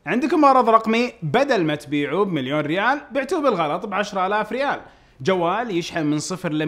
عندكم عرض رقمي، بدل ما تبيعوه بمليون ريال بعتوه بالغلط ب10,000 ريال. جوال يشحن من 0 ل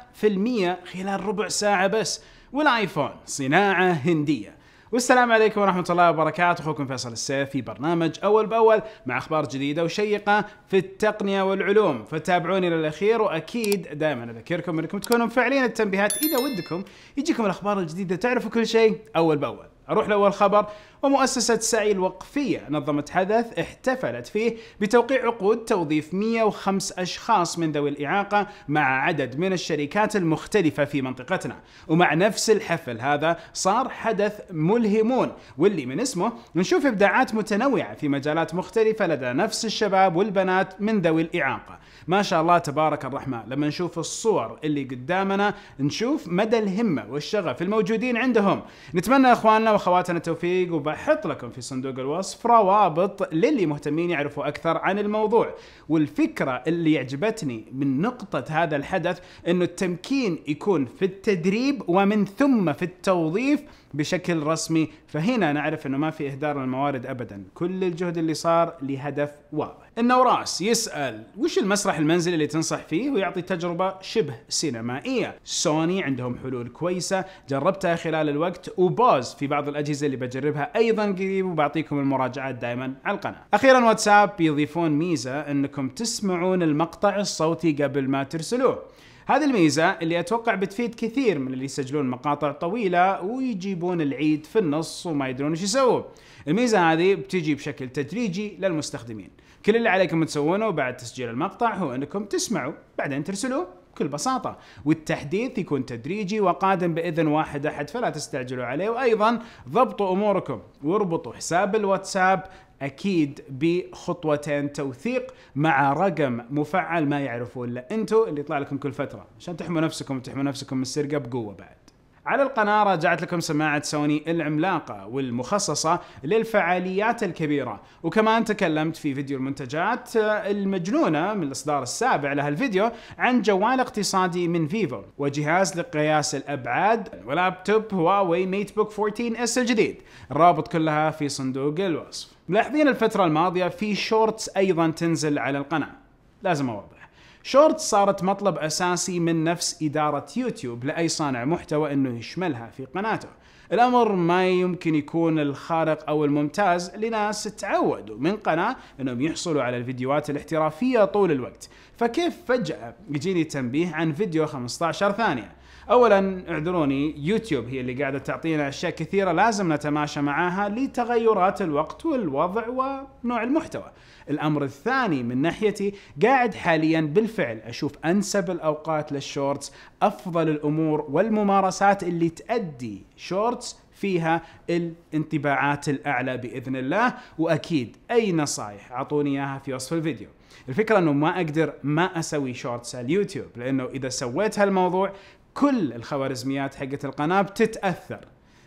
100% خلال ربع ساعة بس، والايفون صناعة هندية. والسلام عليكم ورحمة الله وبركاته، أخوكم فيصل السيف في برنامج أول بأول مع أخبار جديدة وشيقة في التقنية والعلوم، فتابعوني للأخير. وأكيد دائما أذكركم أنكم تكونوا مفعلين التنبيهات إذا ودكم يجيكم الأخبار الجديدة، تعرفوا كل شيء أول بأول. أروح لأول خبر، ومؤسسة سعي الوقفية نظمت حدث احتفلت فيه بتوقيع عقود توظيف 105 أشخاص من ذوي الإعاقة مع عدد من الشركات المختلفة في منطقتنا. ومع نفس الحفل هذا صار حدث ملهمون، واللي من اسمه نشوف إبداعات متنوعة في مجالات مختلفة لدى نفس الشباب والبنات من ذوي الإعاقة. ما شاء الله تبارك الرحمن. لما نشوف الصور اللي قدامنا نشوف مدى الهمة والشغف الموجودين عندهم. نتمنى أخواننا وأخواتنا التوفيق، وبحط لكم في صندوق الوصف روابط للي مهتمين يعرفوا أكثر عن الموضوع. والفكرة اللي يعجبتني من نقطة هذا الحدث إنه التمكين يكون في التدريب ومن ثم في التوظيف بشكل رسمي، فهنا نعرف انه ما في اهدار للموارد ابدا، كل الجهد اللي صار لهدف واضح. النوراس يسأل وش المسرح المنزلي اللي تنصح فيه ويعطي تجربة شبه سينمائية؟ سوني عندهم حلول كويسة جربتها خلال الوقت، وبوز في بعض الأجهزة اللي بجربها أيضا قريب، وبعطيكم المراجعات دائما على القناة. أخيرا واتساب بيضيفون ميزة انكم تسمعون المقطع الصوتي قبل ما ترسلوه. هذه الميزة اللي أتوقع بتفيد كثير من اللي يسجلون مقاطع طويلة ويجيبون العيد في النص وما يدرون ايش يسوون. الميزة هذه بتجي بشكل تدريجي للمستخدمين. كل اللي عليكم تسوونه بعد تسجيل المقطع هو أنكم تسمعوا بعدين ترسلوه بكل بساطة، والتحديث يكون تدريجي وقادم بإذن واحد أحد، فلا تستعجلوا عليه. وأيضا ضبطوا أموركم واربطوا حساب الواتساب أكيد بخطوتين توثيق مع رقم مفعل ما يعرفوه إلا أنتوا، اللي يطلع لكم كل فترة عشان تحموا نفسكم وتحموا نفسكم من السرقة بقوة. بعد على القناة راجعت لكم سماعة سوني العملاقة والمخصصة للفعاليات الكبيرة، وكمان تكلمت في فيديو المنتجات المجنونة من الإصدار السابع لها الفيديو عن جوال اقتصادي من فيفو، وجهاز لقياس الأبعاد، ولابتوب هواوي ميت بوك 14 اس الجديد. الرابط كلها في صندوق الوصف. ملاحظين الفترة الماضية في شورتس أيضا تنزل على القناة. لازم أوضح، شورتس صارت مطلب أساسي من نفس إدارة يوتيوب لأي صانع محتوى أنه يشملها في قناته. الأمر ما يمكن يكون الخارق أو الممتاز لناس تعودوا من قناة أنهم يحصلوا على الفيديوهات الاحترافية طول الوقت، فكيف فجأة يجيني تنبيه عن فيديو 15 ثانية؟ أولا اعذروني، يوتيوب هي اللي قاعدة تعطينا أشياء كثيرة لازم نتماشى معاها لتغيرات الوقت والوضع ونوع المحتوى. الأمر الثاني من ناحيتي، قاعد حاليا بالفعل أشوف أنسب الأوقات للشورتس، أفضل الأمور والممارسات اللي تؤدي شورتس فيها الانطباعات الأعلى بإذن الله. وأكيد أي نصايح أعطوني إياها في وصف الفيديو. الفكرة أنه ما أقدر ما أسوي شورتس على اليوتيوب، لأنه إذا سويت هالموضوع كل الخوارزميات حقت القناة بتتأثر.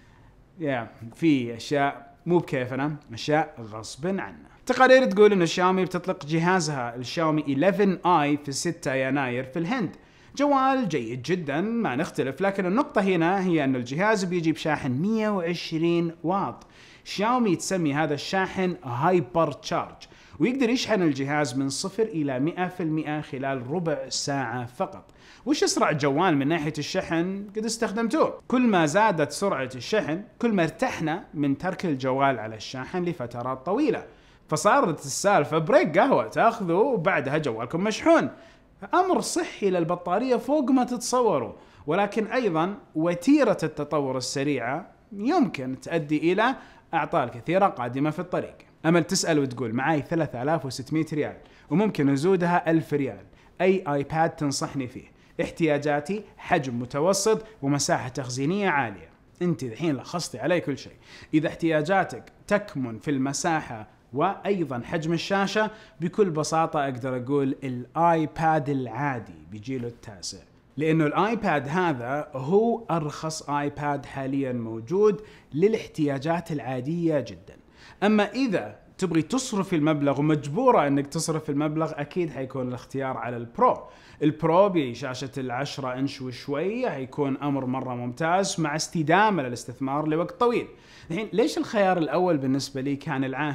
في أشياء مو بكيفنا، أشياء غصب عنا. تقارير تقول أن شاومي بتطلق جهازها الشاومي 11 اي في 6 يناير في الهند. جوال جيد جدا ما نختلف، لكن النقطة هنا هي أن الجهاز بيجي بشاحن 120 واط. شاومي تسمي هذا الشاحن هايبر تشارج، ويقدر يشحن الجهاز من 0 إلى 100% خلال ربع ساعة فقط. وش أسرع جوال من ناحية الشحن قد استخدمتوه؟ كل ما زادت سرعة الشحن كل ما ارتحنا من ترك الجوال على الشاحن لفترات طويلة، فصارت السالفة بريك قهوة تاخذه وبعدها جوالكم مشحون. أمر صحي للبطارية فوق ما تتصوروا، ولكن أيضا وتيرة التطور السريعة يمكن تؤدي إلى أعطال كثيرة قادمة في الطريق. أمل تسأل وتقول معاي 3600 ريال وممكن أزودها 1000 ريال، أي آيباد تنصحني فيه؟ احتياجاتي حجم متوسط ومساحة تخزينية عالية. انت الحين لخصتي علي كل شيء. إذا احتياجاتك تكمن في المساحة وأيضا حجم الشاشة، بكل بساطة أقدر أقول الآيباد العادي بيجيله التاسع، لأنه الآيباد هذا هو أرخص آيباد حاليا موجود للاحتياجات العادية جدا. أما إذا تبغي تصرف المبلغ ومجبورة أنك تصرف المبلغ، أكيد حيكون الاختيار على البرو. البرو بشاشة 10 إنش وشوي حيكون أمر مرة ممتاز مع استدامة للاستثمار لوقت طويل. الحين ليش الخيار الأول بالنسبة لي كان العاشر؟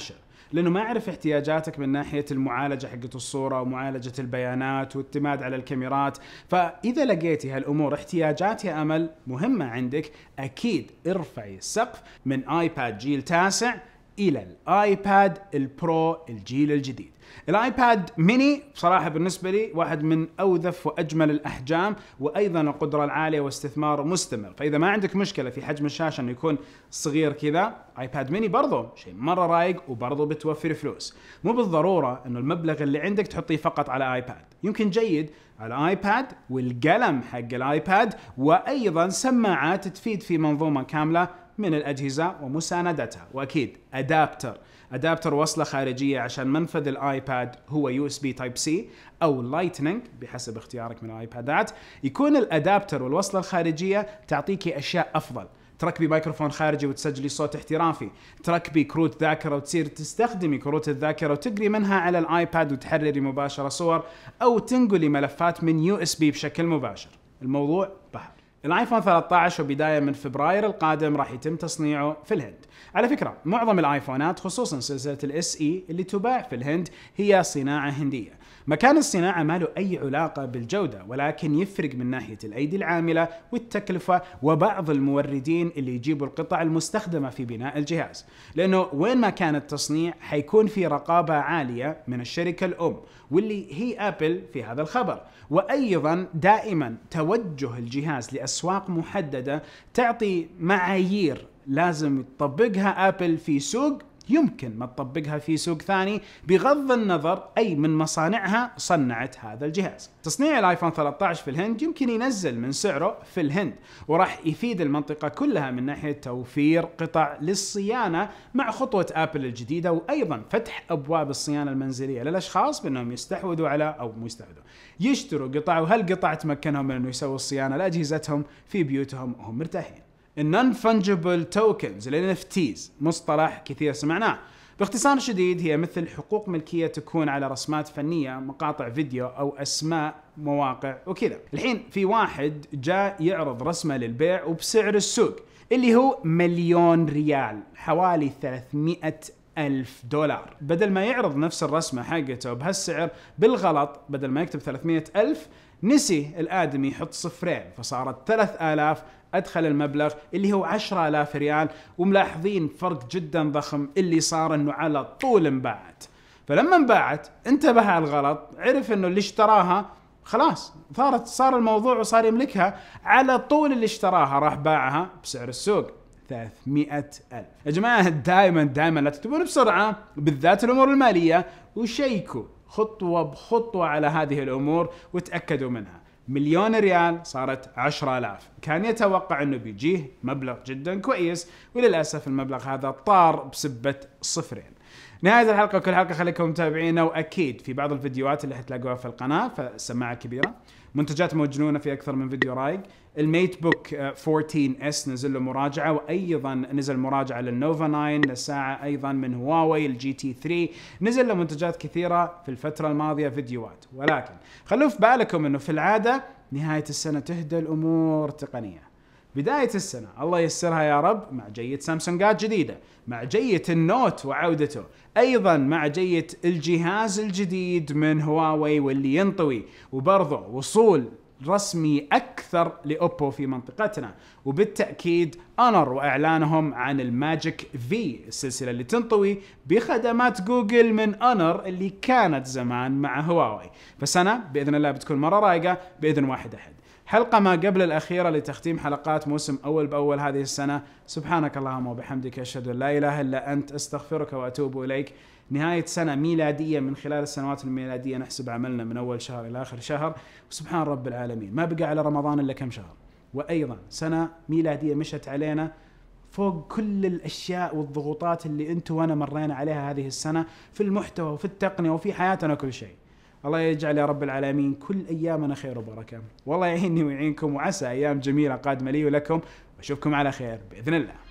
لانه ما يعرف احتياجاتك من ناحيه المعالجه حقت الصوره ومعالجه البيانات واعتماد على الكاميرات. فاذا لقيتي هالامور احتياجات يا امل مهمه عندك، اكيد ارفعي السقف من ايباد جيل 9 الى الايباد البرو الجيل الجديد. الايباد ميني بصراحة بالنسبة لي واحد من أوذف وأجمل الأحجام، وأيضا القدرة العالية واستثمار مستمر. فإذا ما عندك مشكلة في حجم الشاشة أنه يكون صغير كذا، ايباد ميني برضو شيء مرة رايق وبرضو بتوفر فلوس. مو بالضرورة أنه المبلغ اللي عندك تحطيه فقط على ايباد، يمكن جيد على ايباد والقلم حق الايباد، وأيضا سماعات تفيد في منظومة كاملة من الأجهزة ومساندتها، وأكيد أدابتر وصلة خارجية عشان منفذ الايباد هو USB Type C أو Lightning بحسب اختيارك من الايبادات. يكون الأدابتر والوصلة الخارجية تعطيكي أشياء أفضل، تركبي مايكروفون خارجي وتسجلي صوت احترافي، تركبي كروت ذاكرة وتصير تستخدمي كروت الذاكرة وتقري منها على الايباد وتحرري مباشرة صور، أو تنقلي ملفات من USB بشكل مباشر. الموضوع بحر. الايفون 13 وبداية من فبراير القادم راح يتم تصنيعه في الهند. على فكرة معظم الايفونات خصوصا سلسلة الاس اي اللي تباع في الهند هي صناعة هندية. مكان الصناعة ما له أي علاقة بالجودة، ولكن يفرق من ناحية الأيدي العاملة والتكلفة وبعض الموردين اللي يجيبوا القطع المستخدمة في بناء الجهاز، لأنه وين ما كان التصنيع حيكون في رقابة عالية من الشركة الأم واللي هي أبل في هذا الخبر. وأيضا دائما توجه الجهاز لأسواق محددة تعطي معايير لازم تطبقها أبل في سوق يمكن ما تطبقها في سوق ثاني، بغض النظر أي من مصانعها صنعت هذا الجهاز. تصنيع الايفون 13 في الهند يمكن ينزل من سعره في الهند، وراح يفيد المنطقة كلها من ناحية توفير قطع للصيانة مع خطوة أبل الجديدة، وأيضا فتح أبواب الصيانة المنزلية للأشخاص بأنهم يستحوذوا على أو مو يستحوذوا يشتروا قطع، وهالقطع تمكنهم من أنه يسووا الصيانة لأجهزتهم في بيوتهم وهم مرتاحين. Non-fungible tokens ال NFTs مصطلح كثير سمعناه. باختصار شديد هي مثل حقوق ملكية تكون على رسمات فنية، مقاطع فيديو أو أسماء مواقع وكذا. الحين في واحد جاء يعرض رسمة للبيع وبسعر السوق اللي هو $1,000,000 حوالي $300,000. بدل ما يعرض نفس الرسمة حقته بهالسعر بالغلط، بدل ما يكتب 300,000 نسي الآدمي يحط صفرين فصارت 3000، أدخل المبلغ اللي هو 10,000 ريال. وملاحظين فرق جدا ضخم اللي صار انه على طول انباعت. فلما انباعت انتبه على الغلط، عرف انه اللي اشتراها خلاص صار الموضوع وصار يملكها على طول. اللي اشتراها راح باعها بسعر السوق 300,000. يا جماعة دائما لا تكتبون بسرعة، بالذات الأمور المالية، وشيكوا خطوة بخطوة على هذه الأمور وتأكدوا منها. $1,000,000 صارت 10,000. كان يتوقع انه بيجيه مبلغ جدا كويس، وللأسف المبلغ هذا طار بسبة صفرين. نهاية الحلقة وكل حلقة خليكم متابعينا، وأكيد في بعض الفيديوهات اللي حتلاقوها في القناة فالسماعة كبيرة، منتجات مجنونة في أكثر من فيديو رايق. الميت بوك 14S نزل له مراجعة، وأيضا نزل مراجعة للنوفا 9 للساعة أيضا من هواوي. الجي تي 3 نزل له منتجات كثيرة في الفترة الماضية فيديوهات. ولكن خلوا في بالكم أنه في العادة نهاية السنة تهدى الأمور تقنية، بداية السنة الله ييسرها يا رب مع جية سامسونجات جديدة، مع جية النوت وعودته، أيضا مع جية الجهاز الجديد من هواوي واللي ينطوي، وبرضه وصول رسمي أكثر لأوبو في منطقتنا، وبالتأكيد أونر وإعلانهم عن الماجيك في السلسلة اللي تنطوي بخدمات جوجل من أونر اللي كانت زمان مع هواوي. فسنة بإذن الله بتكون مرة رايقة بإذن 1/1. حلقة ما قبل الأخيرة لتختيم حلقات موسم أول بأول هذه السنة. سبحانك اللهم وبحمدك، أشهد أن لا إله إلا أنت، أستغفرك وأتوب إليك. نهاية سنة ميلادية من خلال السنوات الميلادية نحسب عملنا من أول شهر إلى آخر شهر، وسبحان رب العالمين ما بقى على رمضان إلا كم شهر. وأيضا سنة ميلادية مشت علينا فوق كل الأشياء والضغوطات اللي أنتوا وأنا مرينا عليها هذه السنة في المحتوى وفي التقنية وفي حياتنا كل شيء. الله يجعل يا رب العالمين كل أيامنا خير وبركة، والله يعيني ويعينكم، وعسى أيام جميلة قادمة لي ولكم، وأشوفكم على خير بإذن الله.